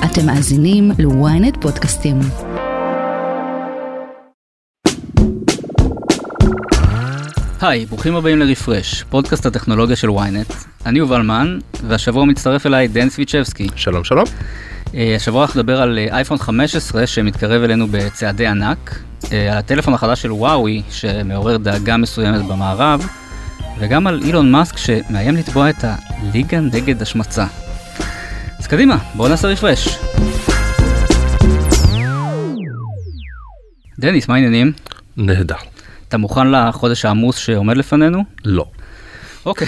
אתם מאזינים ל-ynet פודקאסטים. היי, ברוכים הבאים לרפרש, פודקאסט הטכנולוגיה של ynet. אני יובל מן, והשבוע מצטרף אליי דן סוויצ'בסקי. שלום, שלום. השבוע אנחנו נדבר על אייפון 15 שמתקרב אלינו בצעדי ענק, על הטלפון החדש של וואוי שמעורר דאגה מסוימת במערב, וגם על אילון מאסק שמאיים לתבוע את הליגה נגד השמצה. אז קדימה, בואו נעשה רפרש. דניס, מה העניינים? נהדר. אתה מוכן לחודש העמוס שעומד לפנינו? לא. אוקיי.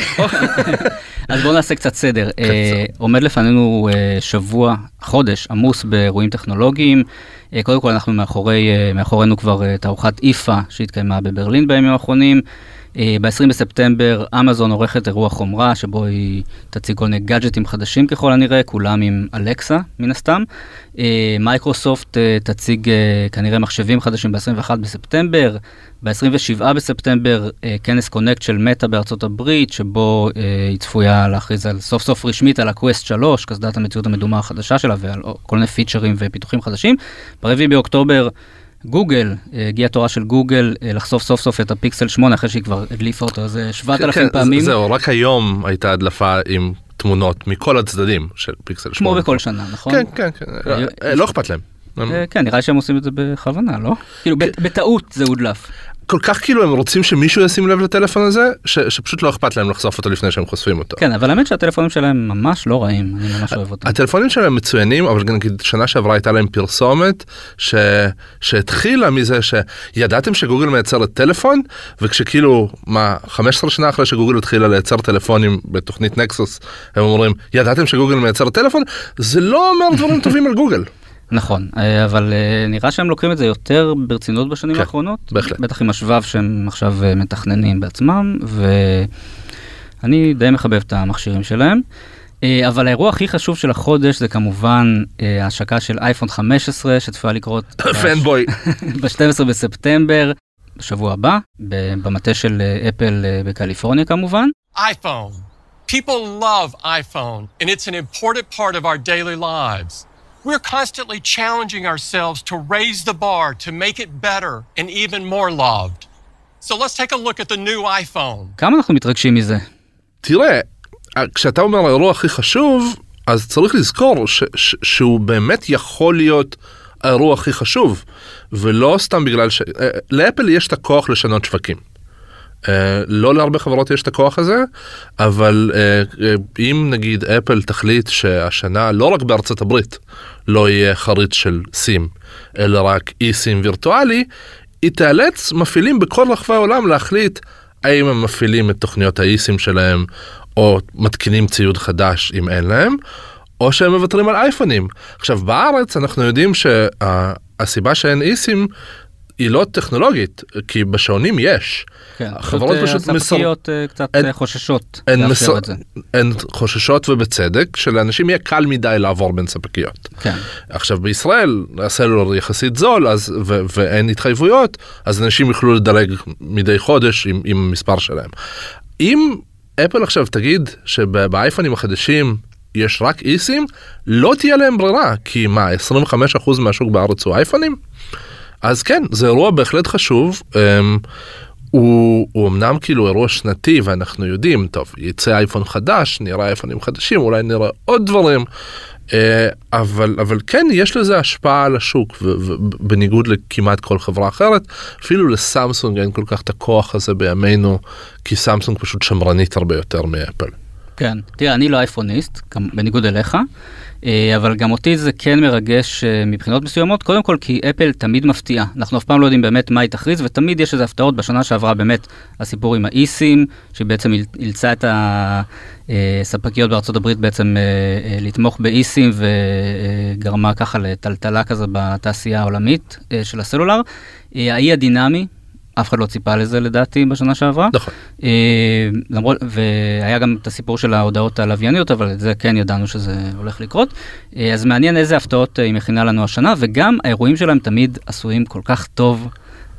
אז בואו נעשה קצת סדר. עומד לפנינו חודש עמוס באירועים טכנולוגיים. קודם כל אנחנו מאחורינו כבר תערוכת איפה שהתקיימה בברלין בימים האחרונים. ב-20 בספטמבר אמזון עורכת אירוע חומרה שבו היא תציג כל מיני גאדג'טים חדשים ככל הנראה, כולם עם אלקסה מן הסתם. מייקרוסופט תציג כנראה מחשבים חדשים ב-21 בספטמבר. ב-27 בספטמבר כנס קונקט של מטה בארצות הברית, שבו היא צפויה להכריז על סוף סוף רשמית על הקווסט 3, כסדת המציאות המדומה החדשה שלה, ועל כל מיני פיצ'רים ופיתוחים חדשים. ב-4 באוקטובר גוגל, הגיעה תורה של גוגל לחשוף סוף סוף את הפיקסל 8, אחרי שהיא כבר הדליפה אותו, זה 7,000 פעמים. זהו, רק היום הייתה הדלפה עם תמונות מכל הצדדים של פיקסל 8. כמו בכל שנה, נכון? כן. לא אכפת להם. כן, נראה שהם עושים את זה בכוונה, לא? כאילו, בטעות זה הודלף. כל כך כאילו הם רוצים שמישהו ישים לב לטלפון הזה, שפשוט לא אכפת להם לחשוף אותו לפני שהם חושפים אותו. כן, אבל האמת שהטלפונים שלהם ממש לא רעים, אני ממש אוהב אותם. הטלפונים שלהם מצוינים, אבל נגיד שנה שעברה הייתה להם פרסומת, שהתחילה מזה שידעתם שגוגל מייצרת טלפון, וכשכאילו, 15 שנה אחרי שגוגל התחילה לייצר טלפונים בתוכנית נקסוס, הם אומרים, ידעתם שגוגל מייצרת טלפון? זה לא אומר דברים טובים על גוגל. נכון, אבל נראה שהם לוקחים את זה יותר ברצינות בשנים האחרונות. בהחלט. בטח עם השבב שהם עכשיו מתכננים בעצמם, ואני די מחבב את המכשירים שלהם. אבל האירוע הכי חשוב של החודש זה כמובן ההשקה של אייפון 15, שצפויה לקרות פנבוי. ב-12 בספטמבר, בשבוע הבא, במטה של אפל בקליפורניה כמובן. iPhone. People love iPhone, and it's an important part of our daily lives. We're constantly challenging ourselves to raise the bar, to make it better and even more loved. So let's take a look at the new iPhone. כמה אנחנו מתרגשים מזה? תראה, כשאתה אומר האירוע הכי חשוב, אז צריך לזכור שהוא באמת יכול להיות האירוע הכי חשוב, ולא סתם בגלל לאפל יש את הכוח לשנות שווקים. לא להרבה חברות יש את הכוח הזה, אבל אם נגיד אפל תחליט שהשנה לא רק בארצות הברית לא יהיה חריץ של סים, אלא רק אי-סים וירטואלי, היא תאלץ מפעילים בכל רחבי העולם להחליט האם הם מפעילים את תוכניות האי-סים שלהם, או מתקינים ציוד חדש אם אין להם, או שהם מוותרים על אייפונים. עכשיו בארץ אנחנו יודעים שהסיבה שאין אי-סים היא לא טכנולוגית, כי בשעונים יש. כן, החברות פשוט הספקיות קצת חוששות לאפשר את זה. הן חוששות ובצדק, שלאנשים יהיה קל מדי לעבור בין ספקיות. כן. עכשיו בישראל, הסלולר יחסית זול, ואין התחייבויות, אז אנשים יוכלו לדלג מדי חודש עם המספר שלהם. אם אפל עכשיו תגיד שבאייפונים החדשים יש רק איסים, לא תהיה להם ברירה, כי 25% מהשוק בארץ הוא אייפונים? אז כן, זה אירוע בהחלט חשוב, הוא אמנם כאילו אירוע שנתי, ואנחנו יודעים, טוב, יצא אייפון חדש, נראה אייפונים חדשים, אולי נראה עוד דברים, אבל כן, יש לזה השפעה על השוק, בניגוד לכמעט כל חברה אחרת, אפילו לסמסונג אין כל כך את הכוח הזה בימינו, כי סמסונג פשוט שמרנית הרבה יותר מאפל. כן, תראה, אני לא אייפוניסט, בניגוד אליך, אבל גם אותי זה כן מרגש מבחינות מסוימות, קודם כל כי אפל תמיד מפתיעה, אנחנו אף פעם לא יודעים באמת מה היא תכריז, ותמיד יש איזה הפתעות. בשנה שעברה באמת הסיפור עם האיסים, שבעצם אילצה את הספקיות בארצות הברית בעצם לתמוך באיסים, וגרמה ככה לטלטלה כזה בתעשייה העולמית של הסלולר. האי הדינמי, אף אחד לא ציפה לזה לדעתי בשנה שעברה. נכון. למרות, והיה גם את הסיפור של ההודעות הלווייניות, אבל את זה כן ידענו שזה הולך לקרות. אז מעניין איזה הפתעות היא מכינה לנו השנה, וגם האירועים שלהם תמיד עשויים כל כך טוב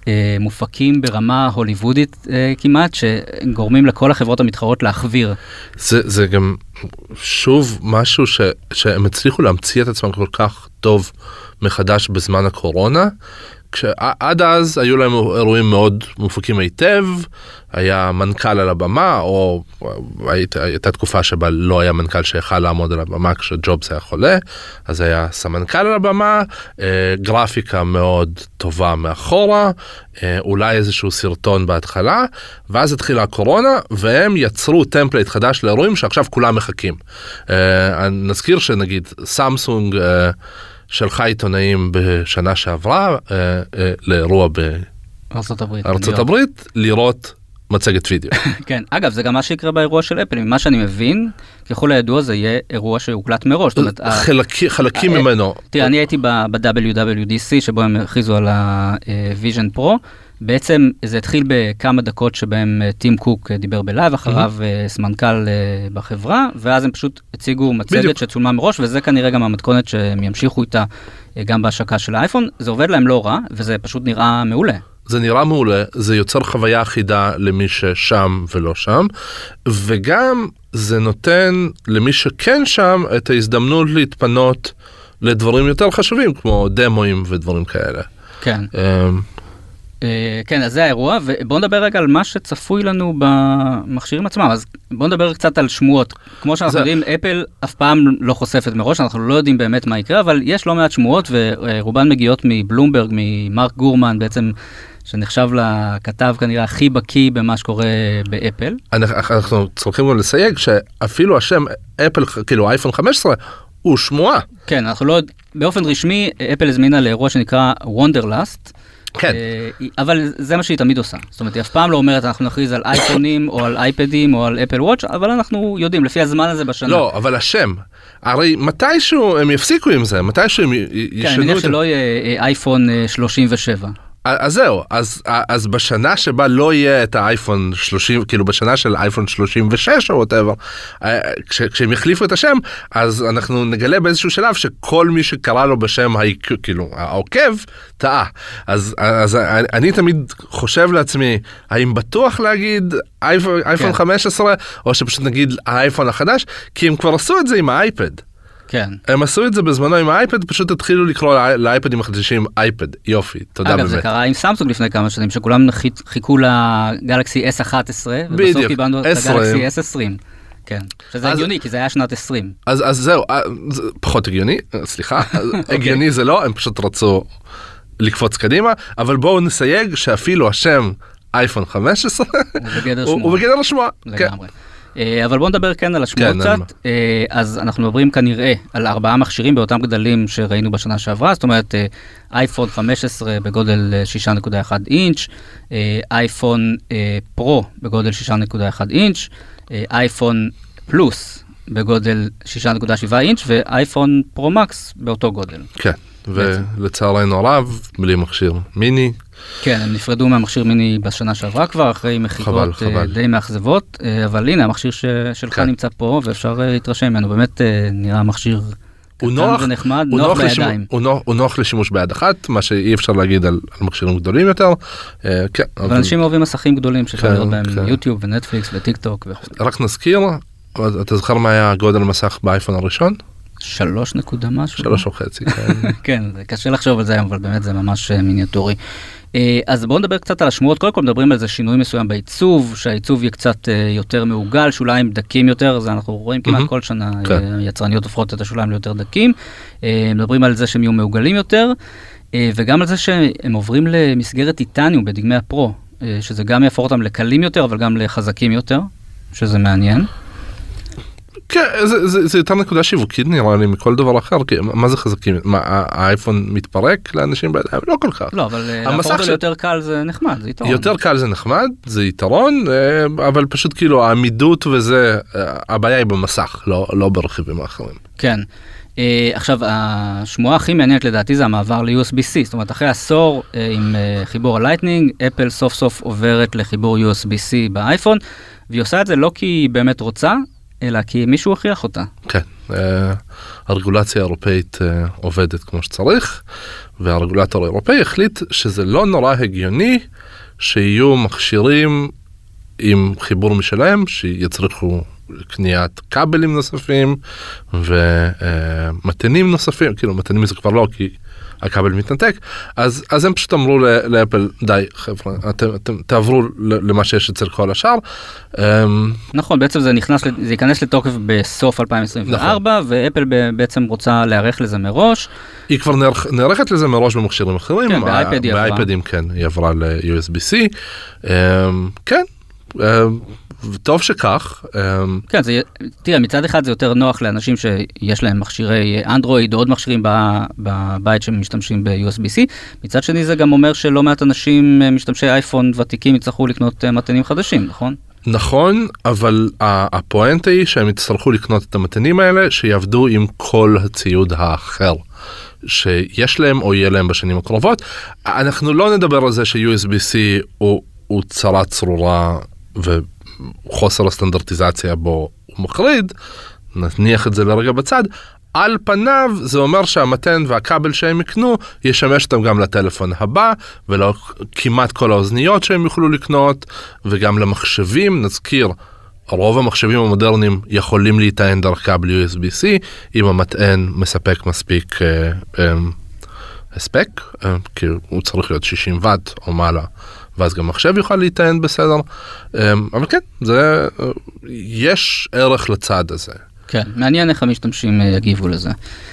מופקים ברמה הוליוודית כמעט, שגורמים לכל החברות המתחרות להחביר. זה גם שוב משהו שהם הצליחו להמציא את עצמם כל כך טוב מחדש בזמן הקורונה, עד אז היו להם אירועים מאוד מופקים היטב, היה מנכ"ל על הבמה, או הייתה תקופה שבה לא היה מנכ"ל שיכל לעמוד על הבמה כשג'ובס היה חולה, אז היה סמנכ"ל על הבמה, גרפיקה מאוד טובה מאחורה, אולי איזשהו סרטון בהתחלה, ואז התחילה הקורונה, והם יצרו טמפלייט חדש לאירועים שעכשיו כולם מחכים. נזכיר שנגיד סמסונג שלחה עיתונאים בשנה שעברה לאירוע בארצות הברית לראות מצגת וידאו. כן, אגב, זה גם מה שיקרה באירוע של אפל. ממה שאני מבין, ככל הידוע זה יהיה אירוע שהוקלט מראש. חלקים ממנו. תראה, אני הייתי ב-WWDC, שבו הם הכריזו על ה-Vision Pro. בעצם זה התחיל בכמה דקות שבהם טים קוק דיבר בלייב, אחריו סמנכ"ל בחברה, ואז הם פשוט הציגו מצגת שצולמה מראש, וזה כנראה גם המתכונת שהם ימשיכו איתה גם בהשקה של האייפון. זה עובד להם לא רע, וזה פשוט נראה מעולה. זה נראה מעולה, זה יוצר חוויה אחידה למי ששם ולא שם, וגם זה נותן למי שכן שם את ההזדמנות להתפנות לדברים יותר חשובים, כמו דמוים ודברים כאלה. כן. כן, אז זה האירוע, ובואו נדבר רגע על מה שצפוי לנו במכשירים עצמם. אז בואו נדבר קצת על שמועות. כמו שאנחנו יודעים, אפל אף פעם לא חושפת מראש, אנחנו לא יודעים באמת מה יקרה, אבל יש לא מעט שמועות, ורובן מגיעות מבלומברג, ממרק גורמן, בעצם שנחשב לכתב כנראה הכי בקיא במה שקורה באפל. אנחנו צריכים גם לסייג שאפילו השם אפל, כאילו אייפון 15, הוא שמועה. כן, אנחנו לא, באופן רשמי, אפל הזמינה לאירוע שנקרא Wonderlust, כן. אבל זה מה שהיא תמיד עושה. זאת אומרת, היא אף פעם לא אומרת, אנחנו נכריז על אייפונים או על אייפדים או על אפל וואץ', אבל אנחנו יודעים, לפי הזמן הזה בשנה. לא, אבל השם, הרי מתישהו הם יפסיקו עם זה, מתישהו הם ישנו כן, אני מניח שלא יהיה אייפון 37. אז זהו, אז בשנה שבה לא יהיה את האייפון 30, כאילו בשנה של אייפון 36 או whatever, כשהם יחליפו את השם, אז אנחנו נגלה באיזשהו שלב שכל מי שקרא לו בשם, כאילו, העוקב, טעה. אז אני תמיד חושב לעצמי, האם בטוח להגיד אייפון 15, או שפשוט נגיד האייפון החדש, כי הם כבר עשו את זה עם האייפד. כן. הם עשו את זה בזמנו עם האייפד, פשוט התחילו לקרוא לאייפדים החדשים אייפד, יופי, תודה באמת. אגב, זה קרה עם סמסונג לפני כמה שנים, שכולם חיכו לגלקסי S11, ובסוף קיבלנו את הגלקסי S20. כן, שזה הגיוני, כי זה היה שנת 20. אז זהו, פחות הגיוני, סליחה, הגיוני זה לא, הם פשוט רצו לקפוץ קדימה, אבל בואו נסייג שאפילו השם אייפון 15, הוא בגדר השמועה. לגמרי. אבל בואו נדבר כן על השמועות קצת. אז אנחנו מדברים כנראה על 4 מכשירים באותם גדלים שראינו בשנה שעברה, זאת אומרת אייפון 15 בגודל 6.1 אינץ', אייפון פרו בגודל 6.1 אינץ', אייפון פלוס בגודל 6.7 אינץ', ואייפון פרו מקס באותו גודל. כן, ולצערנו הרב, בלי מכשיר מיני. כן, הם נפרדו מהמכשיר מיני בשנה שעברה כבר, אחרי מחיקות די מאכזבות, אבל הנה, המכשיר שלך נמצא פה, ואפשר להתרשם ממנו, באמת נראה מכשיר קטן ונחמד, נוח בידיים. הוא נוח לשימוש ביד אחת, מה שאי אפשר להגיד על מכשירים גדולים יותר. אבל אנשים אוהבים מסכים גדולים, שאפשר לראות בהם יוטיוב ונטפליקס וטיק טוק וכו'. רק נזכיר, אתה זוכר מה היה גודל המסך באייפון הראשון? 3 נקודה משהו. 3.5, כן. כן, זה קשה לחשוב על זה היום, אבל באמת זה ממש מיניאטורי. אז בואו נדבר קצת על השמועות. קודם כל מדברים על זה שינוי מסוים בעיצוב, שהעיצוב יהיה קצת יותר מעוגל, שוליים דקים יותר, זה אנחנו רואים כמעט כל שנה, יצרניות הופכות את השוליים ליותר דקים. מדברים על זה שהם יהיו מעוגלים יותר, וגם על זה שהם עוברים למסגרת טיטניום בדגמי הפרו, שזה גם יהפוך אותם לקלים יותר, אבל גם לחזקים יותר, שזה מעניין. כן, זה יותר נקודה שיווקית נראה לי מכל דבר אחר, כי מה זה חזקים? מה, האייפון מתפרק לאנשים בידיים? לא כל כך. לא, אבל להפוך אותו ליותר קל זה נחמד, זה יתרון. יותר קל זה נחמד, זה יתרון, אבל פשוט כאילו העמידות וזה, הבעיה היא במסך, לא ברכיבים האחרים. כן. עכשיו, השמועה הכי מעניינת לדעתי זה המעבר ל-USB-C, זאת אומרת, אחרי עשור עם חיבור הלייטנינג, אפל סוף סוף עוברת לחיבור USB-C באייפון, והיא עושה את זה לא כי היא באמת רוצה, אלא כי מישהו הכריח אותה. כן, הרגולציה האירופאית עובדת כמו שצריך, והרגולטור האירופאי החליט שזה לא נורא הגיוני שיהיו מכשירים עם חיבור משלהם, שיצריכו קניית כבלים נוספים ומתנים נוספים, כאילו מתנים זה כבר לא, כי הכבל מתנתק, אז הם פשוט אמרו לאפל, די חבר'ה, אתם תעברו למה שיש אצל כל השאר. נכון, בעצם זה ייכנס לתוקף בסוף 2024, ואפל בעצם רוצה להיערך לזה מראש. היא כבר נערכת לזה מראש במכשירים אחרים. כן, באייפדים כן, היא עברה ל-USB-C. כן, טוב שכך. כן, תראה, מצד אחד זה יותר נוח לאנשים שיש להם מכשירי אנדרואיד או עוד מכשירים בבית שמשתמשים ב-USB-C. מצד שני זה גם אומר שלא מעט אנשים משתמשי אייפון ותיקים יצטרכו לקנות מתנים חדשים, נכון? נכון, אבל הפואנטה היא שהם יצטרכו לקנות את המתנים האלה שיעבדו עם כל הציוד האחר שיש להם או יהיה להם בשנים הקרובות. אנחנו לא נדבר על זה ש-USB-C הוא צרה צרורה וחוסר הסטנדרטיזציה בו הוא מחריד, נניח את זה לרגע בצד. על פניו זה אומר שהמתן והכבל שהם יקנו ישמש אותם גם לטלפון הבא ולא כמעט כל האוזניות שהם יוכלו לקנות, וגם למחשבים. נזכיר, רוב המחשבים המודרניים יכולים להיטען דרך כבל USB-C אם המתן מספק מספיק הספק, כי הוא צריך להיות 60 וואט או מעלה, ואז גם מחשב יוכל להיטען בסדר. אבל כן, יש ערך לצד הזה. כן, מעניין איך המשתמשים יגיבו לזה.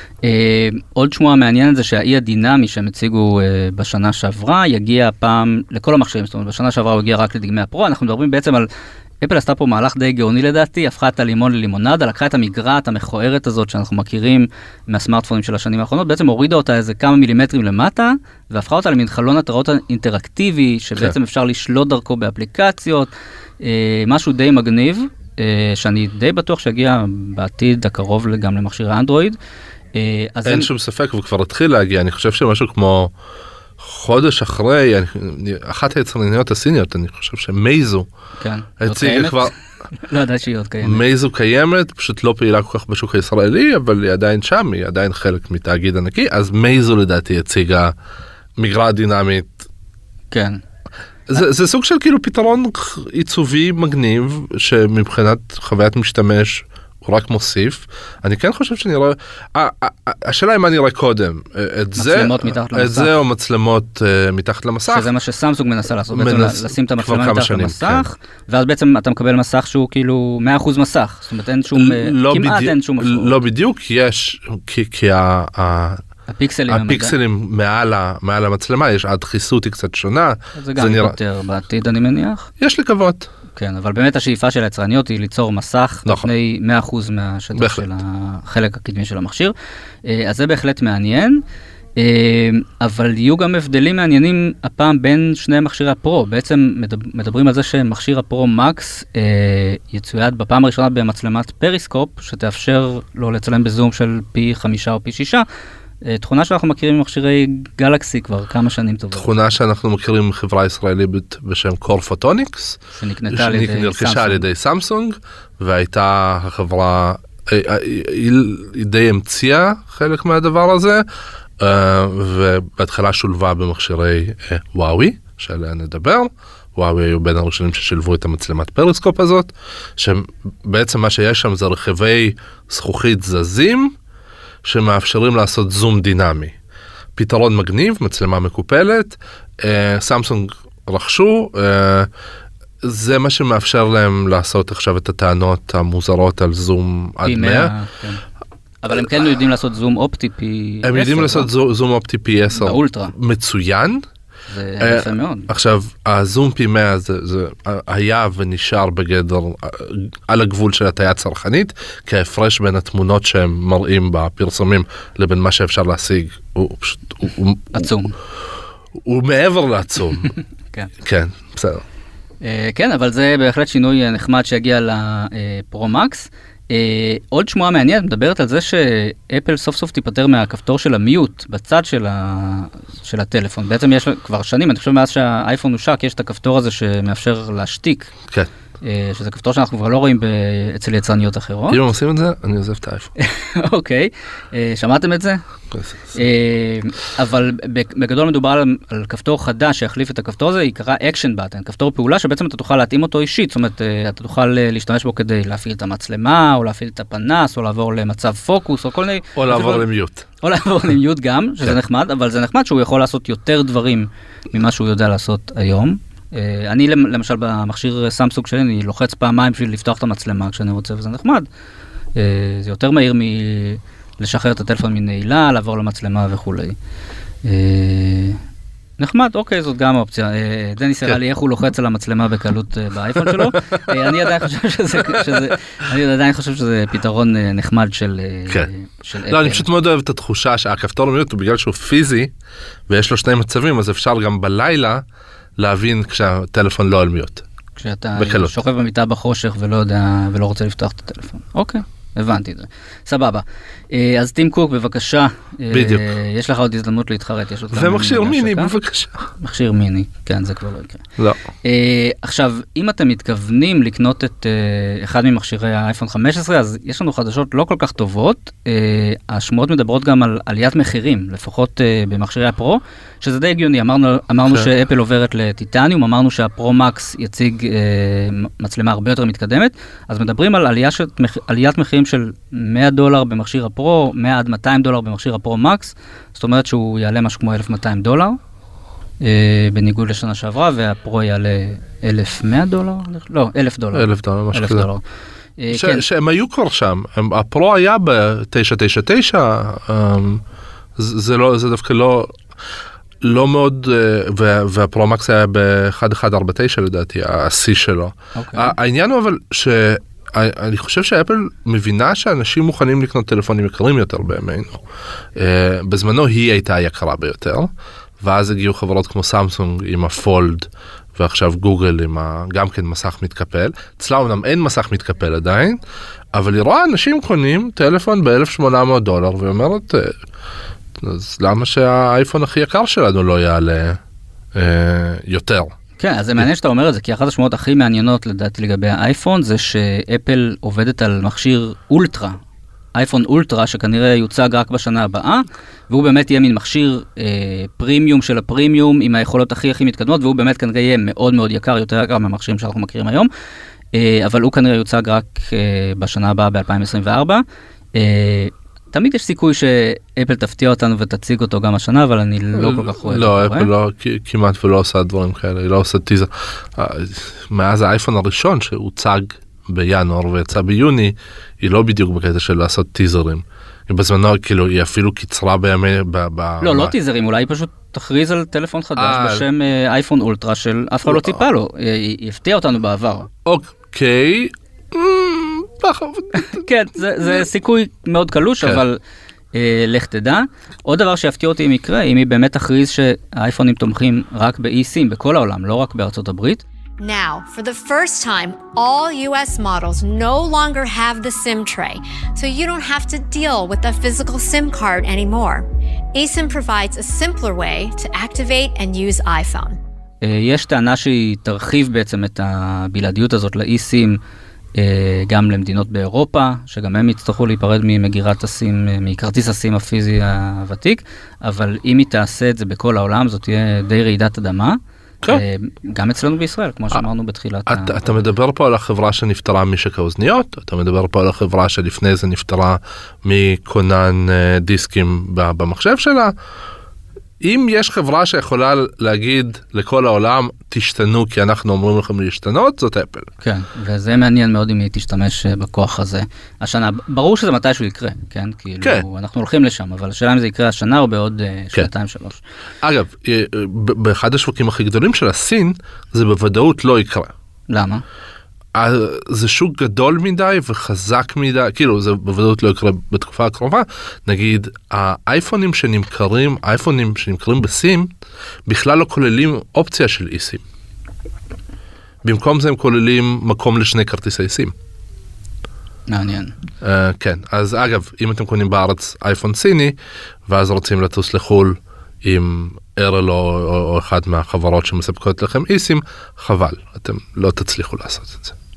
עוד שמועה מעניינת זה שהאי הדינמי שהם הציגו בשנה שעברה יגיע הפעם לכל המחשבים. זאת אומרת, בשנה שעברה הוא הגיע רק לדגמי הפרו. אנחנו מדברים בעצם על אפל עשתה פה מהלך די גאוני לדעתי, הפכה את הלימון ללימונדה, לקחה את המגרעת המכוערת הזאת שאנחנו מכירים מהסמארטפונים של השנים האחרונות, בעצם הורידה אותה איזה כמה מילימטרים למטה, והפכה אותה למין חלון התראות אינטראקטיבי, שבעצם אפשר לשלוט דרכו באפליקציות, משהו די מגניב, שאני די בטוח שיגיע בעתיד הקרוב גם למכשירי אנדרואיד. אין שום ספק, וכבר התחיל להגיע, אני חושב שמשהו כמו חודש אחרי, אחת היצרניות הסיניות, אני חושב שמייזו, הציגה כבר, לא יודע שהיא עוד קיימת. מייזו קיימת, פשוט לא פעילה כל כך בשוק הישראלי, אבל היא עדיין שם, היא עדיין חלק מתאגיד ענקי, אז מייזו לדעתי הציגה מגרעת דינמית. כן. זה סוג של כאילו פתרון עיצובי מגניב, שמבחינת חוויית משתמש, הוא רק מוסיף. אני כן חושב שאני רואה, השאלה היא מה נראה קודם, את זה או מצלמות מתחת למסך. שזה מה שסמסונג מנסה לעשות, בעצם לשים את המצלמה מתחת למסך, ואז בעצם אתה מקבל מסך שהוא כאילו 100% מסך, זאת אומרת אין שום, כמעט אין שום משמעות. לא בדיוק, יש, כי הפיקסלים מעל המצלמה, יש הדחיסות היא קצת שונה. זה גם יותר בעתיד אני מניח. יש לקוות. כן, אבל באמת השאיפה של היצרניות היא ליצור מסך לפני 100% מהשטח של החלק הקדמי של המכשיר. אז זה בהחלט מעניין, אבל יהיו גם הבדלים מעניינים הפעם בין שני מכשירי הפרו. בעצם מדברים על זה שמכשיר הפרו מקס יצויד בפעם הראשונה במצלמת פריסקופ, שתאפשר לו לצלם בזום של פי 5 או פי 6, תכונה שאנחנו מכירים ממכשירי גלקסי כבר כמה שנים טובות. תכונה שאנחנו מכירים מחברה ישראלית בשם קור פוטוניקס, שנרכשה על ידי סמסונג, והייתה החברה, היא די המציאה חלק מהדבר הזה, ובהתחלה שולבה במכשירי וואוי, שעליה נדבר. וואוי היו בין הראשונים ששילבו את המצלמת פריסקופ הזאת, שבעצם מה שיש שם זה רכיבי זכוכית זזים, שמאפשרים לעשות זום דינמי. פתרון מגניב, מצלמה מקופלת, סמסונג רכשו, זה מה שמאפשר להם לעשות עכשיו את הטענות המוזרות על זום עד 100. כן. אבל הם כן יודעים לעשות זום אופטי פי 10. הם יודעים לעשות זום אופטי פי 10. באולטרה. מצוין. זה יפה מאוד. עכשיו, הזום פי 100 זה היה ונשאר בגדר על הגבול של הטיה צרכנית, כי ההפרש בין התמונות שהם מראים בפרסומים לבין מה שאפשר להשיג הוא פשוט עצום. הוא מעבר לעצום. כן. כן, בסדר. כן, אבל זה בהחלט שינוי נחמד שהגיע לפרו-מקס. עוד שמועה מעניינת מדברת על זה שאפל סוף סוף תיפטר מהכפתור של המיוט בצד של הטלפון. בעצם יש כבר שנים, אני חושב מאז שהאייפון הושק, יש את הכפתור הזה שמאפשר להשתיק. כן. שזה כפתור שאנחנו כבר לא רואים אצל יצרניות אחרות. אם הם עושים את זה, אני עוזב את האייפון. אוקיי, שמעתם את זה? אבל בגדול מדובר על כפתור חדש שיחליף את הכפתור הזה, יקרא Action Button, כפתור פעולה שבעצם אתה תוכל להתאים אותו אישית, זאת אומרת, אתה תוכל להשתמש בו כדי להפעיל את המצלמה, או להפעיל את הפנס, או לעבור למצב פוקוס, או כל מיני... או לעבור למיוט. או לעבור למיוט גם, שזה נחמד, אבל זה נחמד שהוא יכול לעשות יותר דברים ממה שהוא יודע לעשות היום. אני למשל במכשיר סמסונג שלי, אני לוחץ פעמיים בשביל לפתוח את המצלמה כשאני רוצה, וזה נחמד. זה יותר מהיר לשחרר את הטלפון מנעילה, לעבור למצלמה וכו'. נחמד, אוקיי, זאת גם האופציה. דניס הראה לי איך הוא לוחץ על המצלמה בקלות באייפון שלו. אני עדיין חושב שזה פתרון נחמד של אפל. לא, אני פשוט מאוד אוהב את התחושה שהכפתור מיוט, בגלל שהוא פיזי, ויש לו שני מצבים, אז אפשר גם בלילה להבין כשהטלפון לא על מיוט. כשאתה שוכב במיטה בחושך ולא רוצה לפתוח את הטלפון. אוקיי. הבנתי את זה. סבבה. אז טים קוק, בבקשה. בדיוק. יש לך עוד הזדמנות להתחרט. ומכשיר מיני, בבקשה. מכשיר מיני, כן, זה כבר לא יקרה. לא. עכשיו, אם אתם מתכוונים לקנות את אחד ממכשירי האייפון 15, אז יש לנו חדשות לא כל כך טובות. השמועות מדברות גם על עליית מחירים, לפחות במכשירי הפרו, שזה די הגיוני. אמרנו שאפל עוברת לטיטניום, אמרנו שהפרו מקס יציג מצלמה הרבה יותר מתקדמת, אז מדברים על עליית מחירים של $100 במכשיר הפרו, $100 עד $200 במכשיר הפרו מקס, זאת אומרת שהוא יעלה משהו כמו $1,200, בניגוד לשנה שעברה, והפרו יעלה $1,100? לא, $1,000. משהו כזה. שהם היו כבר שם, הפרו היה ב-999, זה דווקא לא מאוד, והפרו מקס היה ב-1149 לדעתי, השיא שלו. העניין הוא אבל אני חושב שאפל מבינה שאנשים מוכנים לקנות טלפונים יקרים יותר בימינו. בזמנו היא הייתה היקרה ביותר, ואז הגיעו חברות כמו סמסונג עם הפולד, ועכשיו גוגל עם גם כן מסך מתקפל. אצלה אומנם אין מסך מתקפל עדיין, אבל היא רואה אנשים קונים טלפון $1,800, ואומרת, אז למה שהאייפון הכי יקר שלנו לא יעלה יותר? כן, אז זה מעניין שאתה אומר את זה, כי אחת השמועות הכי מעניינות לדעתי לגבי האייפון, זה שאפל עובדת על מכשיר אולטרה, אייפון אולטרה, שכנראה יוצג רק בשנה הבאה, והוא באמת יהיה מין מכשיר פרימיום של הפרימיום, עם היכולות הכי מתקדמות, והוא באמת כנראה יהיה מאוד מאוד יקר, יותר יקר מהמכשירים שאנחנו מכירים היום, אבל הוא כנראה יוצג רק בשנה הבאה ב-2024. תמיד יש סיכוי שאפל תפתיע אותנו ותציג אותו גם השנה, אבל אני לא כל כך רואה. לא, אפל לא, כמעט ולא עושה דברים כאלה, היא לא עושה טיזר. מאז האייפון הראשון שהוצג בינואר ויצא ביוני, היא לא בדיוק בקטע של לעשות טיזרים. בזמנו, כאילו, היא אפילו קיצרה בימי... לא טיזרים, אולי היא פשוט תכריז על טלפון חדש בשם אייפון אולטרה של אף אחד לא ציפה לו. היא הפתיעה אותנו בעבר. אוקיי. כן, זה סיכוי מאוד קלוש, אבל לך תדע. עוד דבר שיפתיע אותי אם יקרה, אם היא באמת תכריז שהאייפונים תומכים רק ב-eSIM בכל העולם, לא רק בארצות הברית. Now, for the first time, all US models no longer have the SIM tray, so you don't have to deal with the physical SIM card anymore. eSIM provides a simpler way to activate and use iPhone. יש טענה שהיא תרחיב בעצם את הבלעדיות הזאת ל-eSIM גם למדינות באירופה, שגם הם יצטרכו להיפרד ממגירת הסים, מכרטיס הסים הפיזי הוותיק, אבל אם היא תעשה את זה בכל העולם, זאת תהיה די רעידת אדמה, גם אצלנו בישראל, כמו שאמרנו בתחילת. אתה מדבר פה על החברה שנפטרה משק האוזניות, אתה מדבר פה על החברה שלפני זה נפטרה מכונן דיסקים במחשב שלה, אם יש חברה שיכולה להגיד לכל העולם, תשתנו כי אנחנו אומרים לכם להשתנות, זאת אפל. כן, וזה מעניין מאוד אם היא תשתמש בכוח הזה. השנה, ברור שזה מתישהו יקרה, כן? כאילו, אנחנו הולכים לשם, אבל השאלה אם זה יקרה השנה או בעוד 2-3. אגב, באחד השווקים הכי גדולים של הסין, זה בוודאות לא יקרה. למה? זה שוק גדול מדי וחזק מדי, כאילו זה בוודאות לא יקרה בתקופה הקרובה. נגיד, האייפונים שנמכרים בסין, בכלל לא כוללים אופציה של eSIM. במקום זה הם כוללים מקום לשני כרטיסי SIM. מעניין. כן, אז אגב, אם אתם קונים בארץ אייפון סיני, ואז רוצים לטוס לחול עם ארל או אחד מהחברות שמספקות לכם eSIM, חבל, אתם לא תצליחו לעשות את זה.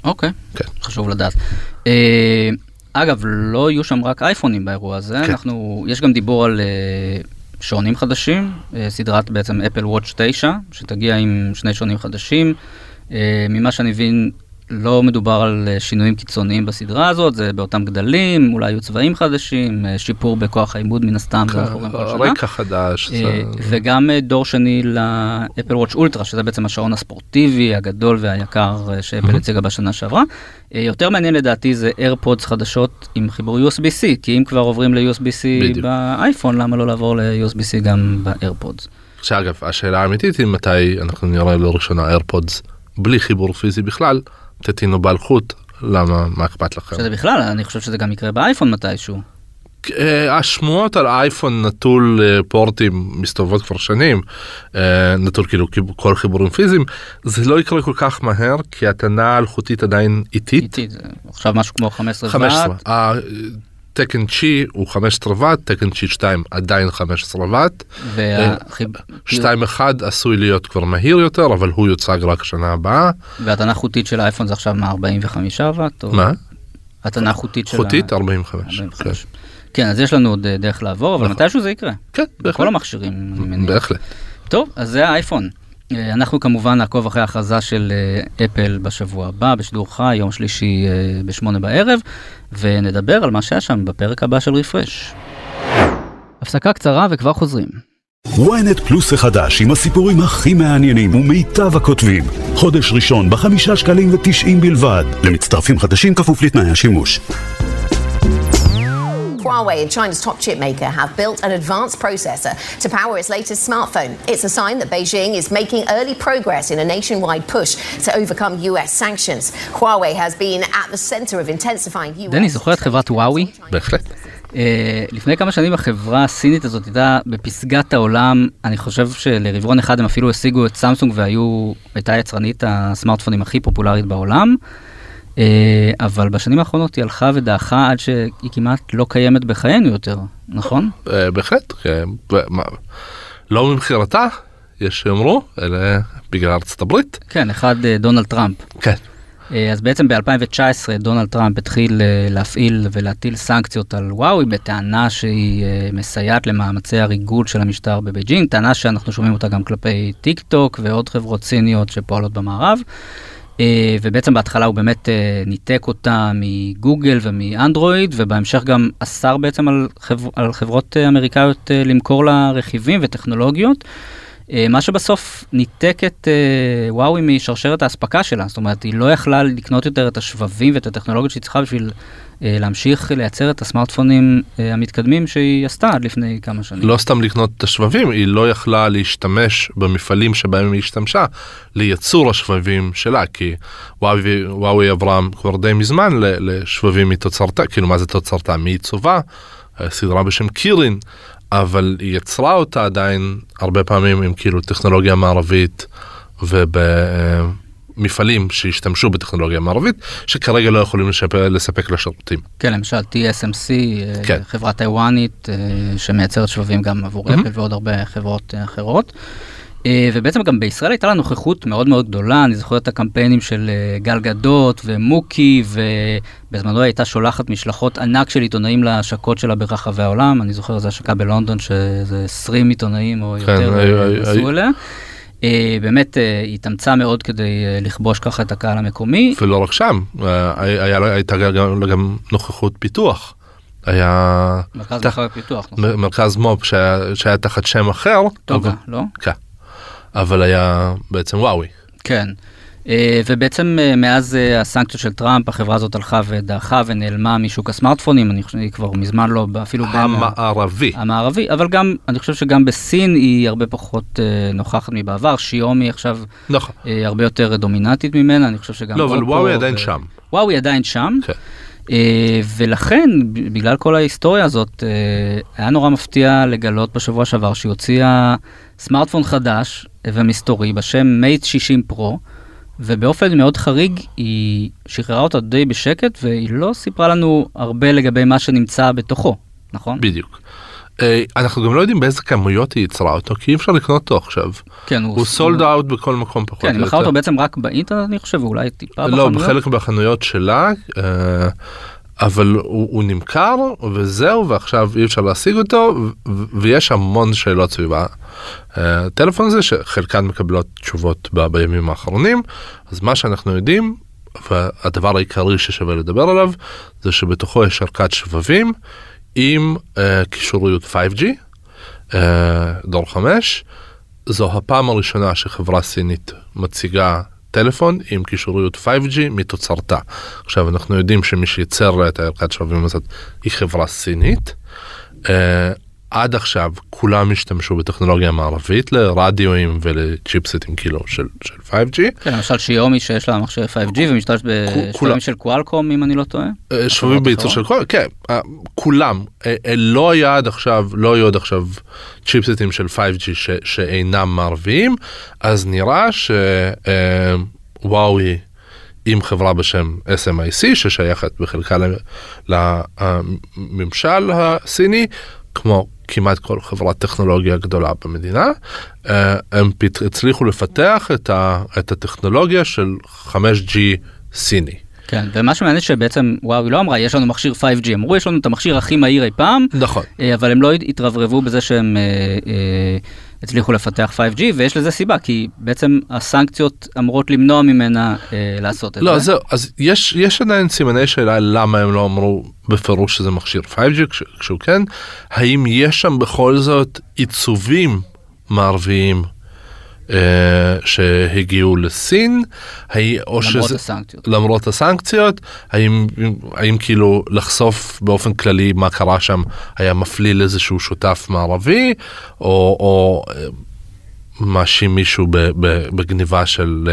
אוקיי, חשוב לדעת. אגב, לא יהיו שם רק אייפונים באירוע הזה, יש גם דיבור על שעונים חדשים, סדרת בעצם אפל וואץ' 9, שתגיע עם 2 שעונים חדשים. ממה שאני מבין, לא מדובר על שינויים קיצוניים בסדרה הזאת, זה באותם גדלים, אולי יהיו צבעים חדשים, שיפור בכוח העיבוד מן הסתם. רקע חדש. וגם דור שני לאפל וואץ' אולטרה, שזה בעצם השעון הספורטיבי, הגדול והיקר שאפל הציגה בשנה שעברה. יותר מעניין לדעתי זה AirPods חדשות עם חיבור USB-C, כי אם כבר עוברים ל-USB-C באייפון, למה לא לעבור ל-USB-C גם ב-AirPods? שאגב, השאלה האמיתית היא מתי אנחנו נראה לראשונה AirPods בלי חיבור פיזי בכלל, תתינו בעל חוט, למה, מה אכפת לכם? שזה בכלל, אני חושב שזה גם יקרה באייפון מתישהו. השמועות על אייפון נטול פורטים מסתובבות כבר שנים, נטול כאילו כל חיבורים פיזיים, זה לא יקרה כל כך מהר, כי התנה האלחוטית עדיין איטית. איטית, עכשיו משהו כמו 15 ואט. תקן צ'י הוא 15 ואט, תקן צ'י 2 עדיין 15 ואט. 2.1 עשוי להיות כבר מהיר יותר, אבל הוא יוצג רק שנה הבאה. והתנה חוטית של האייפון זה עכשיו 45 ואט? מה? התנה חוטית של... חוטית 45. כן, אז יש לנו עוד דרך לעבור, אבל מתישהו זה יקרה. כן, בהחלט. כל המכשירים. בהחלט. טוב, אז זה האייפון. אנחנו כמובן נעקוב אחרי ההכרזה של אפל בשבוע הבא, בשידור חי, יום שלישי ב8 בערב, ונדבר על מה שהיה שם בפרק הבא של רפרש. הפסקה קצרה וכבר חוזרים. ynet פלוס החדש עם הסיפורים הכי מעניינים ומיטב הכותבים. חודש ראשון ב5.90 שקלים בלבד. למצטרפים חדשים כפוף לתנאי השימוש. Huawei, China's top chip maker, have built an advanced processor to power its latest smartphone. It's a sign that Beijing is making early progress in a nationwide push to overcome US sanctions. Huawei has been at the center of intensifying US... דני, זוכר את חברת וואוי? בהחלט. לפני כמה שנים החברה הסינית הזאת הייתה בפסגת העולם, אני חושב שלרבעון אחד הם אפילו השיגו את סמסונג והייתה יצרנית הסמארטפונים הכי פופולרית בעולם. אבל בשנים האחרונות היא הלכה ודעכה עד שהיא כמעט לא קיימת בחיינו יותר, נכון? בהחלט, לא ממחירתה, יש שאומרו, אלא בגלל ארצות הברית. כן, אחד דונלד טראמפ. כן. אז בעצם ב-2019 דונלד טראמפ התחיל להפעיל ולהטיל סנקציות על וואוי, בטענה שהיא מסייעת למאמצי הריגול של המשטר בבייג'ינג, טענה שאנחנו שומעים אותה גם כלפי טיק טוק ועוד חברות סיניות שפועלות במערב. ובעצם בהתחלה הוא באמת ניתק אותה מגוגל ומאנדרואיד, ובהמשך גם אסר בעצם על חברות אמריקאיות למכור לה רכיבים וטכנולוגיות, מה שבסוף ניתק את וואוי משרשרת ההספקה שלה, זאת אומרת, היא לא יכלה לקנות יותר את השבבים ואת הטכנולוגיות שהיא צריכה בשביל להמשיך לייצר את הסמארטפונים המתקדמים שהיא עשתה עד לפני כמה שנים. לא סתם לקנות את השבבים, היא לא יכלה להשתמש במפעלים שבהם היא השתמשה לייצור השבבים שלה, כי וואוי עברה כבר די מזמן לשבבים מתוצרתה, כאילו מה זה תוצרתה? מעיצובה, סדרה בשם קירין, אבל היא יצרה אותה עדיין הרבה פעמים עם כאילו טכנולוגיה מערבית ובמפעלים שהשתמשו בטכנולוגיה מערבית, שכרגע לא יכולים לספק לשירותים. כן, למשל TSMC, כן. חברה טיוואנית שמייצרת שבבים גם עבור אפל ועוד הרבה חברות אחרות. ובעצם גם בישראל הייתה לה נוכחות מאוד מאוד גדולה, אני זוכר את הקמפיינים של גל גדות ומוקי, ובזמנו הייתה שולחת משלחות ענק של עיתונאים להשקות שלה ברחבי העולם, אני זוכר זו השקה בלונדון שזה 20 עיתונאים או יותר עשו אליה. באמת היא התאמצה מאוד כדי לכבוש ככה את הקהל המקומי. ולא רק שם, הייתה גם נוכחות פיתוח. היה מרכז מו"פ שהיה תחת שם אחר. טוגה, לא? כן. אבל היה בעצם וואוי. כן, ובעצם מאז הסנקציות של טראמפ, החברה הזאת הלכה ודעכה ונעלמה משוק הסמארטפונים, אני חושב שהיא כבר מזמן לא, אפילו המערבי, אבל גם, אני חושב שגם בסין היא הרבה פחות נוכחת מבעבר, שיומי עכשיו הרבה יותר דומיננטית ממנה, אני חושב שגם... לא, אבל וואוי עדיין שם. וואוי עדיין שם. ולכן, בגלל כל ההיסטוריה הזאת, היה נורא מפתיע לגלות בשבוע שעבר שהיא הוציאה סמארטפון חדש ומסתורי בשם מייט 60 פרו, ובאופן מאוד חריג היא שחררה אותה די בשקט, והיא לא סיפרה לנו הרבה לגבי מה שנמצא בתוכו, נכון? בדיוק. אנחנו גם לא יודעים באיזה כמויות היא יצרה אותו, כי אי אפשר לקנות אותו עכשיו. כן, הוא סולד אאוט בכל מקום פחות. כן, היא מכרה אותו בעצם רק באינטרנט, אני חושב, אולי טיפה לא, בחנויות. בחלק מהחנויות שלה, אבל הוא נמכר, וזהו, ועכשיו אי אפשר להשיג אותו, ויש המון שאלות סביבה. הטלפון הזה, שחלקן מקבלות תשובות בימים האחרונים, אז מה שאנחנו יודעים, והדבר העיקרי ששווה לדבר עליו, זה שבתוכו יש ערכת שבבים, עם קישוריות 5G, דור 5, זו הפעם הראשונה שחברה סינית מציגה טלפון עם קישוריות 5G מתוצרתה. עכשיו אנחנו יודעים שמי שייצר את הערכת שבבים הזאת היא חברה סינית. עד עכשיו כולם השתמשו בטכנולוגיה מערבית לרדיואים ולצ'יפסטים כאילו של 5G. כן, למשל שיומי שיש לה מכשיר 5G ומשתמש בשבבים של קואלקום אם אני לא טועה. שבבים בייצור של קואלקום, כן, כולם. לא היה עד עכשיו, לא היו עד עכשיו צ'יפסטים של 5G שאינם מערביים, אז נראה שוואוי עם חברה בשם SMIC ששייכת בחלקה לממשל הסיני, כמו כמעט כל חברת טכנולוגיה גדולה במדינה, הם הצליחו לפתח את הטכנולוגיה של 5G סיני. כן, ומה שמעניין שבעצם, וואו, היא לא אמרה, יש לנו מכשיר 5G, אמרו, יש לנו את המכשיר הכי מהיר אי פעם, נכון. אבל הם לא התרברבו בזה שהם הצליחו לפתח 5G, ויש לזה סיבה, כי בעצם הסנקציות אמורות למנוע ממנה לעשות את זה. לא, זהו, אז יש עדיין סימני שאלה למה הם לא אמרו בפירוש שזה מכשיר 5G, כשהוא כן, האם יש שם בכל זאת עיצובים מערביים שהגיעו לסין, למרות הסנקציות, האם כאילו לחשוף באופן כללי מה קרה שם היה מפליל איזשהו שותף מערבי, או מאשים מישהו בגניבה של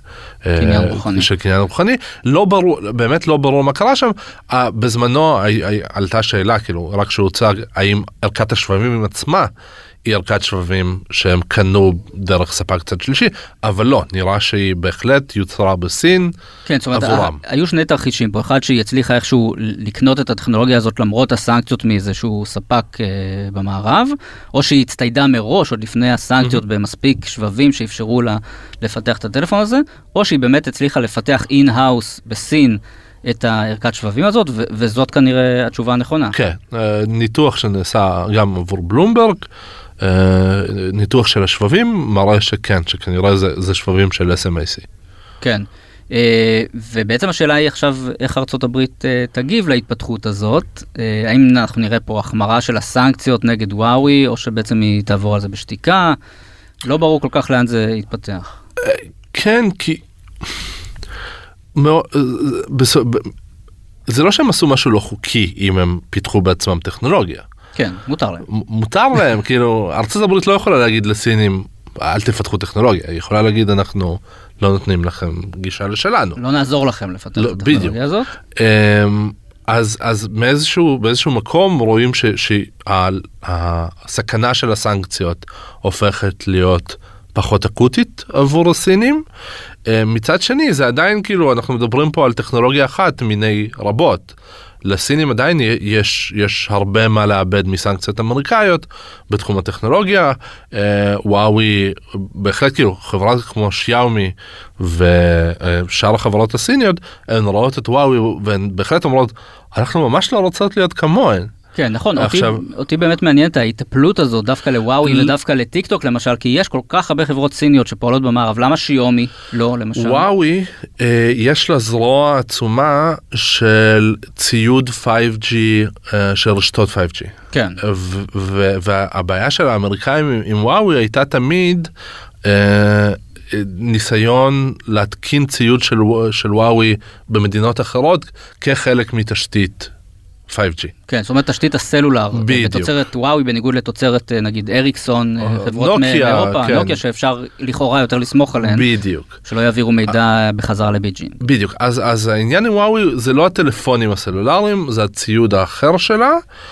קניין רוחני. לא ברור, באמת לא ברור מה קרה שם. בזמנו עלתה שאלה, כאילו, רק שהוצג, האם ערכת השבבים עם עצמה היא ערכת שבבים שהם קנו דרך ספק צד שלישי, אבל לא, נראה שהיא בהחלט יוצרה בסין כן, זאת אומרת, עבורם. היו שני תרחישים פה, אחד שהיא הצליחה איכשהו לקנות את הטכנולוגיה הזאת למרות הסנקציות מאיזשהו ספק במערב, או שהיא הצטיידה מראש עוד לפני הסנקציות במספיק שבבים שאפשרו לה לפתח את הטלפון הזה, או שהיא באמת הצליחה לפתח אין-האוס בסין את הערכת שבבים הזאת, וזאת כנראה התשובה הנכונה. כן, ניתוח שנעשה גם עבור בלומברג, ניתוח של השבבים מראה שכן, שכנראה זה שבבים של SMIC. כן, ובעצם השאלה היא עכשיו איך ארצות הברית תגיב להתפתחות הזאת, האם אנחנו נראה פה החמרה של הסנקציות נגד וואוי, או שבעצם היא תעבור על זה בשתיקה, לא ברור כל כך לאן זה יתפתח. כן, כי זה לא שהם עשו משהו לא חוקי אם הם פיתחו בעצמם טכנולוגיה. כן, מותר להם. מותר להם, כאילו, ארצות הברית לא יכולה להגיד לסינים, אל תפתחו טכנולוגיה, היא יכולה להגיד, אנחנו לא נותנים לכם גישה לשלנו. לא נעזור לכם לפתח את הטכנולוגיה הזאת. אז באיזשהו מקום רואים שהסכנה של הסנקציות הופכת להיות פחות אקוטית עבור הסינים. מצד שני, זה עדיין כאילו, אנחנו מדברים פה על טכנולוגיה אחת מיני רבות. לסינים עדיין יש הרבה מה לאבד מסנקציות אמריקאיות בתחום הטכנולוגיה. וואוי, בהחלט כאילו, חברה כמו שיאומי ושאר החברות הסיניות, הן רואות את וואוי והן בהחלט אומרות, אנחנו ממש לא רוצות להיות כמוהן. כן, נכון, אותי באמת מעניינת ההתפלות הזו דווקא לוואוי ודווקא לטיק-טוק למשל, כי יש כל כך הרבה חברות סיניות שפועלות במערב, למה שיומי לא למשל? וואוי, יש לה זרוע עצומה של ציוד 5G, של רשתות 5G. כן. והבעיה של האמריקאים עם וואוי הייתה תמיד ניסיון להתקין ציוד של וואוי במדינות אחרות כחלק מתשתית 5G. כן, זאת אומרת תשתית הסלולר, ותוצרת וואוי בניגוד לתוצרת נגיד אריקסון, חברות מאירופה, נוקיה שאפשר לכאורה יותר לסמוך עליהן. בדיוק. שלא יעבירו מידע בחזרה לבייג'ין. בדיוק, אז העניין עם וואוי זה לא הטלפונים הסלולריים, זה הציוד האחר שלה.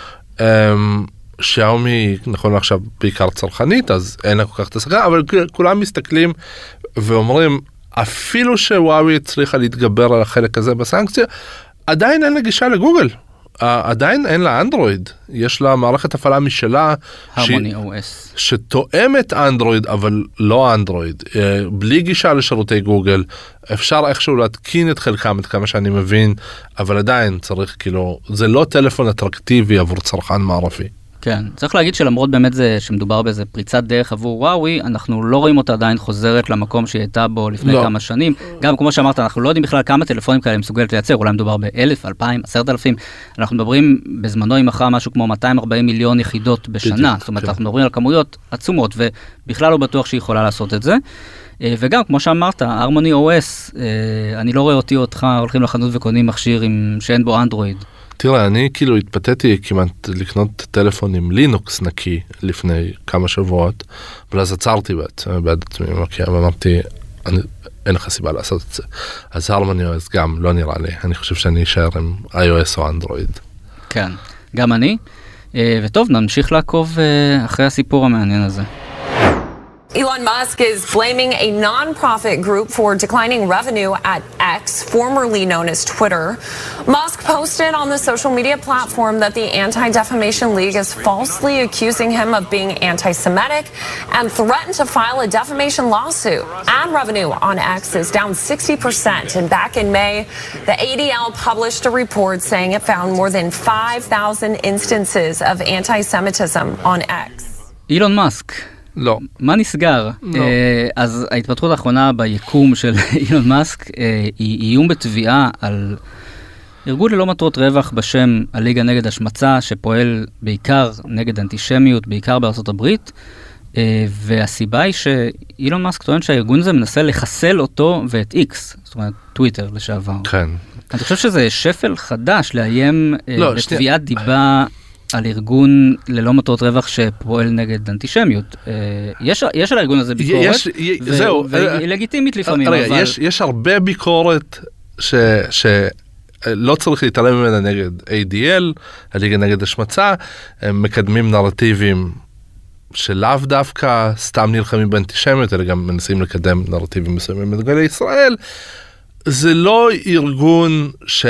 שיאומי נכון עכשיו בעיקר צרכנית, אז אין לה כל כך תסגרה, אבל כולם מסתכלים ואומרים, אפילו שוואוי הצליחה להתגבר על החלק הזה בסנקציה, עדיין אין לה גישה לגוגל. עדיין אין לה אנדרואיד, יש לה מערכת הפעלה משלה, הרמוני OS. שתואמת אנדרואיד, אבל לא אנדרואיד, בלי גישה לשירותי גוגל, אפשר איכשהו להתקין את חלקם, את כמה שאני מבין, אבל עדיין צריך, כאילו, זה לא טלפון אטרקטיבי עבור צרכן מערבי. כן, צריך להגיד שלמרות באמת זה שמדובר באיזה פריצת דרך עבור וואוי, אנחנו לא רואים אותה עדיין חוזרת למקום שהיא הייתה בו לפני כמה שנים. גם כמו שאמרת, אנחנו לא יודעים בכלל כמה טלפונים כאלה מסוגלת לייצר, אולי מדובר ב-1,000, 2,000, 10,000. אנחנו מדברים בזמנו היא מכרה משהו כמו 240 מיליון יחידות בשנה. זאת אומרת, אנחנו מדברים על כמויות עצומות, ובכלל לא בטוח שהיא יכולה לעשות את זה. וגם, כמו שאמרת, הרמוני OS, אני לא רואה אותך הולכים לחנות וקונים מכשיר שאין בו אנדרואיד. תראה, אני כאילו התפתיתי כמעט לקנות טלפון עם לינוקס נקי לפני כמה שבועות, ואז עצרתי בעצמי, ואמרתי, אין לך סיבה לעשות את זה. אז הרמוני OS גם לא נראה לי, אני חושב שאני אשאר עם iOS או אנדרואיד. כן, גם אני. וטוב, נמשיך לעקוב אחרי הסיפור המעניין הזה. Elon Musk is blaming a non-profit group for declining revenue at X, formerly known as Twitter. Musk posted on the social media platform that the Anti-Defamation League is falsely accusing him of being anti-Semitic and threatened to file a defamation lawsuit. Ad revenue on X is down 60%, and back in May, the ADL published a report saying it found more than 5,000 instances of anti-Semitism on X. אילון מאסק. לא. מה נסגר? לא. אז ההתפתחות האחרונה ביקום של אילון מאסק היא איום בתביעה על ארגון ללא מטרות רווח בשם הליגה נגד השמצה, שפועל בעיקר נגד אנטישמיות, בעיקר בארצות הברית, והסיבה היא שאילון מאסק טוען שהארגון הזה מנסה לחסל אותו ואת איקס, זאת אומרת טוויטר לשעבר. כן. אני חושב שזה שפל חדש לאיים בתביעת דיבה על ארגון ללא מטרות רווח שפועל נגד אנטישמיות. יש על הארגון הזה ביקורת, והיא לגיטימית לפעמים. יש הרבה ביקורת שלא צריך להתעלם ממנה נגד ADL, הליגה נגד השמצה, הם מקדמים נרטיבים שלאו דווקא סתם נלחמים באנטישמיות, אלא גם מנסים לקדם נרטיבים מסוימים בנוגע לישראל. זה לא ארגון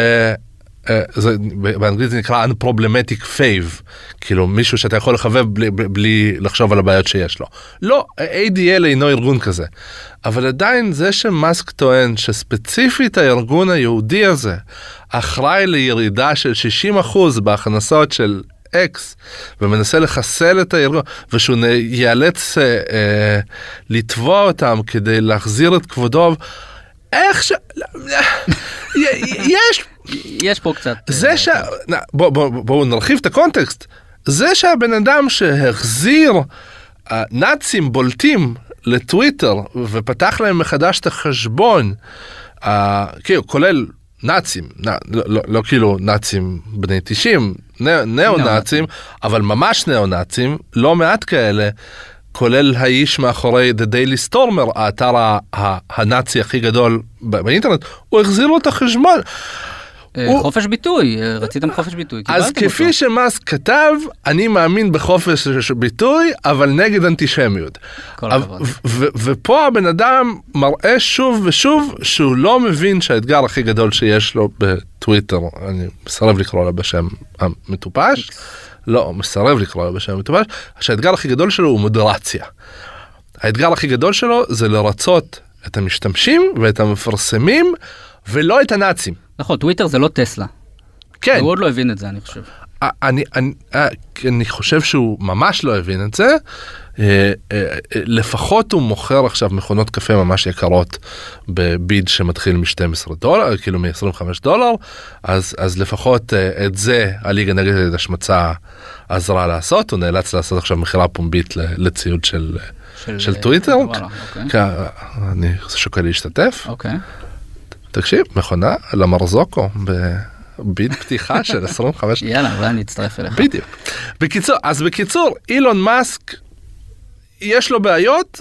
באנגלית זה נקרא unproblematic fave, כאילו מישהו שאתה יכול לחבב בלי לחשוב על הבעיות שיש לו. לא, ADL אינו ארגון כזה. אבל עדיין זה שמאסק טוען שספציפית הארגון היהודי הזה אחראי לירידה של 60% בהכנסות של X, ומנסה לחסל את הארגון, ושהוא ייאלץ לתבוע אותם כדי להחזיר את כבודו, איך יש פה קצת. בואו נרחיב את הקונטקסט. זה שהבן אדם שהחזיר נאצים בולטים לטוויטר ופתח להם מחדש את החשבון, כאילו כולל נאצים, לא כאילו נאצים בני 90, נאו-נאצים, אבל ממש נאו-נאצים, לא מעט כאלה, כולל האיש מאחורי The Daily Stormer, האתר הנאצי הכי גדול באינטרנט, הוא החזיר לו את החשבון. חופש ביטוי, רציתם חופש ביטוי. אז כפי שמאסק כתב, אני מאמין בחופש ביטוי, אבל נגד אנטישמיות. ופה הבן אדם מראה שוב ושוב שהוא לא מבין שהאתגר הכי גדול שיש לו בטוויטר, אני מסרב לקרוא לה בשם המטופש, לא, מסרב לקרוא לה בשם המטופש, שהאתגר הכי גדול שלו הוא מודרציה. האתגר הכי גדול שלו זה לרצות את המשתמשים ואת המפרסמים, ולא את הנאצים. נכון, טוויטר זה לא טסלה. כן. הוא עוד לא הבין את זה, אני חושב. אני חושב שהוא ממש לא הבין את זה. לפחות הוא מוכר עכשיו מכונות קפה ממש יקרות בביד שמתחיל $12, כאילו $25, אז לפחות את זה הליגה נגד השמצה עזרה לעשות. הוא נאלץ לעשות עכשיו מחירה פומבית לציוד של טוויטר. אני שוקל להשתתף. אוקיי. תקשיב, מכונה למרזוקו בביד פתיחה של 25. יאללה, אולי אני אצטרף אליך. בדיוק. בקיצור, אילון מאסק יש לו בעיות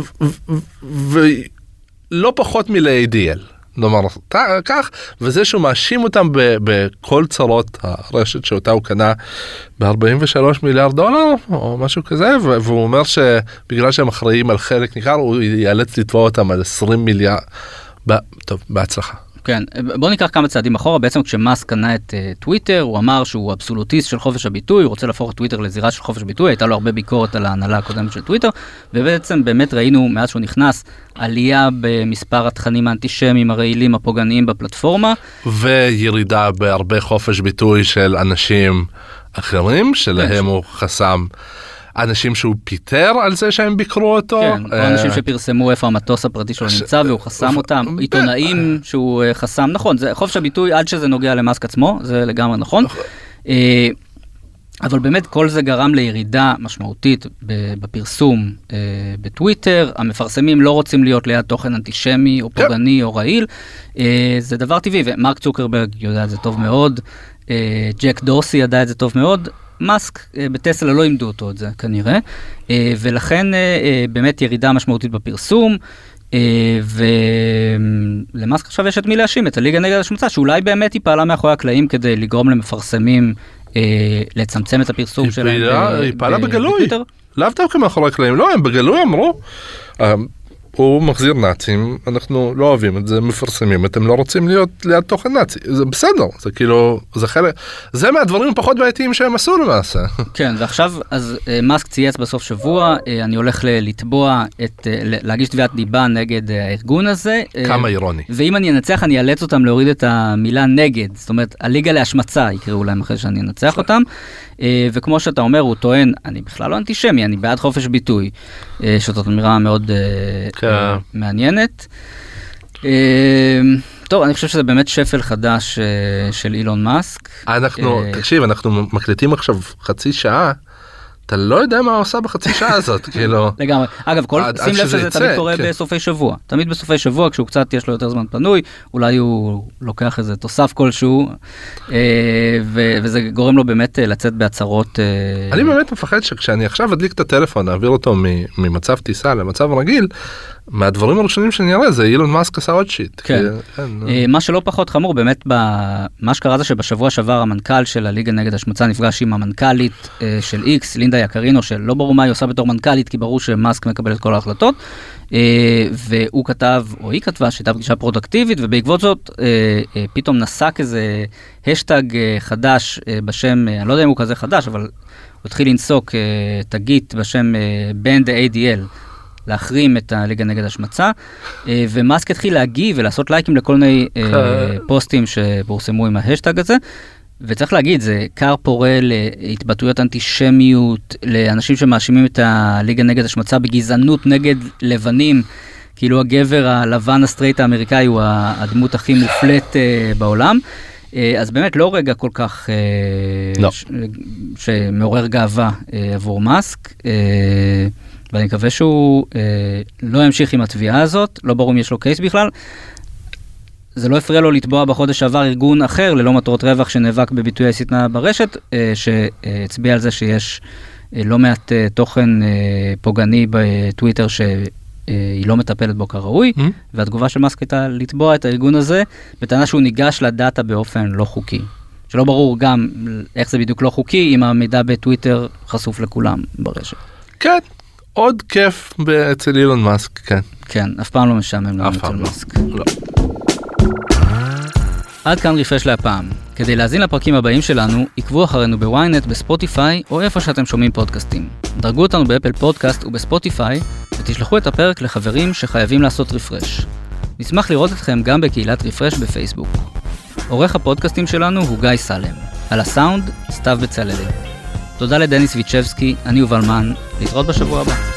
ולא פחות מ-ADL. נאמר כך, וזה שהוא מאשים אותם בכל צרות הרשת שאותה הוא קנה $43 מיליארד או משהו כזה, והוא אומר שבגלל שהם אחראים על חלק ניכר, הוא ייאלץ לתבוע אותם על 20 מיליארד. טוב, בהצלחה. כן, בוא ניקח כמה צעדים אחורה, בעצם כשמאסק קנה את טוויטר, הוא אמר שהוא אבסולוטיסט של חופש הביטוי, הוא רוצה להפוך את טוויטר לזירה של חופש הביטוי, הייתה לו הרבה ביקורת על ההנהלה הקודמת של טוויטר, ובעצם באמת ראינו מאז שהוא נכנס עלייה במספר התכנים האנטישמיים, הרעילים, הפוגעניים בפלטפורמה. וירידה בהרבה חופש ביטוי של אנשים אחרים, שלהם הוא חסם. אנשים שהוא פיטר על זה שהם ביקרו אותו. כן, או אנשים שפרסמו איפה המטוס הפרטי שלו נמצא והוא חסם אותם, עיתונאים שהוא חסם, נכון, זה חופש הביטוי עד שזה נוגע למאסק עצמו, זה לגמרי נכון. אבל באמת כל זה גרם לירידה משמעותית בפרסום בטוויטר, המפרסמים לא רוצים להיות ליד תוכן אנטישמי או פוגעני או רעיל, זה דבר טבעי, ומרק צוקרברג יודע את זה טוב מאוד, ג'ק דורסי ידע את זה טוב מאוד, מאסק בטסלה לא עמדו אותו את זה כנראה, ולכן באמת ירידה משמעותית בפרסום, ולמאסק עכשיו יש את מי להאשים, את הליגה נגד השמצה, שאולי באמת היא פעלה מאחורי הקלעים כדי לגרום למפרסמים לצמצם את הפרסום שלהם. היא פעלה בגלוי, לאו דווקא מאחורי הקלעים, לא, הם בגלוי אמרו, הוא מחזיר נאצים, אנחנו לא אוהבים את זה, מפרסמים, אתם לא רוצים להיות ליד תוכן נאצי, זה בסדר, זה כאילו, זה חלק, זה מהדברים הפחות בעייתיים שהם עשו למעשה. כן, ועכשיו, אז מאסק צייץ בסוף שבוע, אני הולך לתבוע, להגיש תביעת דיבה נגד הארגון הזה. כמה אירוני. ואם אני אנצח, אני אאלץ אותם להוריד את המילה נגד, זאת אומרת, הליגה להשמצה, יקראו להם אחרי שאני אנצח אותם, וכמו שאתה אומר, הוא טוען, אני בכלל לא אנטישמי, אני בעד חופש ביטוי, שזאת אמירה מאוד מעניינת. טוב, אני חושב שזה באמת שפל חדש של אילון מאסק. תקשיב, אנחנו מקליטים עכשיו חצי שעה, אתה לא יודע מה הוא עושה בחצי שעה הזאת, כאילו. לגמרי. אגב, שים לב שזה תמיד קורה בסופי שבוע. תמיד בסופי שבוע, כשהוא קצת יש לו יותר זמן פנוי, אולי הוא לוקח איזה תוסף כלשהו, וזה גורם לו באמת לצאת בהצהרות. אני באמת מפחד שכשאני עכשיו אדליק את הטלפון, נעביר אותו ממצב טיסה למצב רגיל, מהדברים הראשונים שאני אראה זה אילון מאסק עשה עוד שיט. כן. מה שלא פחות חמור, באמת, מה שקרה זה שבשבוע שעבר המנכ"ל של הליגה נגד השמצה נפגש עם המנכ"לית של איקס, לינדה יקרינו, שלא ברור מה היא עושה בתור מנכ"לית, כי ברור שמאסק מקבל את כל ההחלטות, והוא כתב, או היא כתבה, שהייתה פגישה פרודקטיבית, ובעקבות זאת פתאום נסק איזה השטג חדש בשם, אני לא יודע אם הוא כזה חדש, אבל הוא התחיל לנסוק תגית בשם Ban the ADL, להחרים את הליגה נגד השמצה, ומאסק התחיל להגיב ולעשות לייקים לכל מיני פוסטים שפורסמו עם ההשטג הזה, וצריך להגיד, זה קר פורה להתבטאויות אנטישמיות, לאנשים שמאשימים את הליגה נגד השמצה בגזענות נגד לבנים, כאילו הגבר הלבן הסטרייט האמריקאי הוא הדמות הכי מופלט בעולם, אז באמת לא רגע כל כך שמעורר גאווה עבור מאסק, ואני מקווה שהוא לא ימשיך עם התביעה הזאת, לא ברור אם יש לו קייס בכלל. זה לא הפריע לו לתבוע בחודש שעבר ארגון אחר, ללא מטרות רווח שנאבק בביטויי שטנה ברשת, שהצביע על זה שיש לא מעט תוכן פוגעני בטוויטר שהיא לא מטפלת בו כראוי, והתגובה של מאסק הייתה לתבוע את הארגון הזה, בטענה שהוא ניגש לדאטה באופן לא חוקי. שלא ברור גם איך זה בדיוק לא חוקי, אם המידע בטוויטר חשוף לכולם ברשת. כן. עוד כיף אצל אילון מאסק, כן. כן, אף פעם לא משעמם לנו אצל מאסק. לא. עד כאן רפרש להפעם. כדי להזין לפרקים הבאים שלנו, עקבו אחרינו בוויינט, בספוטיפיי, או איפה שאתם שומעים פודקאסטים. דרגו אותנו באפל פודקאסט ובספוטיפיי, ותשלחו את הפרק לחברים שחייבים לעשות רפרש. נשמח לראות אתכם גם בקהילת רפרש בפייסבוק. עורך הפודקאסטים שלנו הוא גיא סלם. על הסאונד, סתיו בצלאלי. תודה לדניס ויצ'בסקי, אני יובל מן, להתראות בשבוע הבא.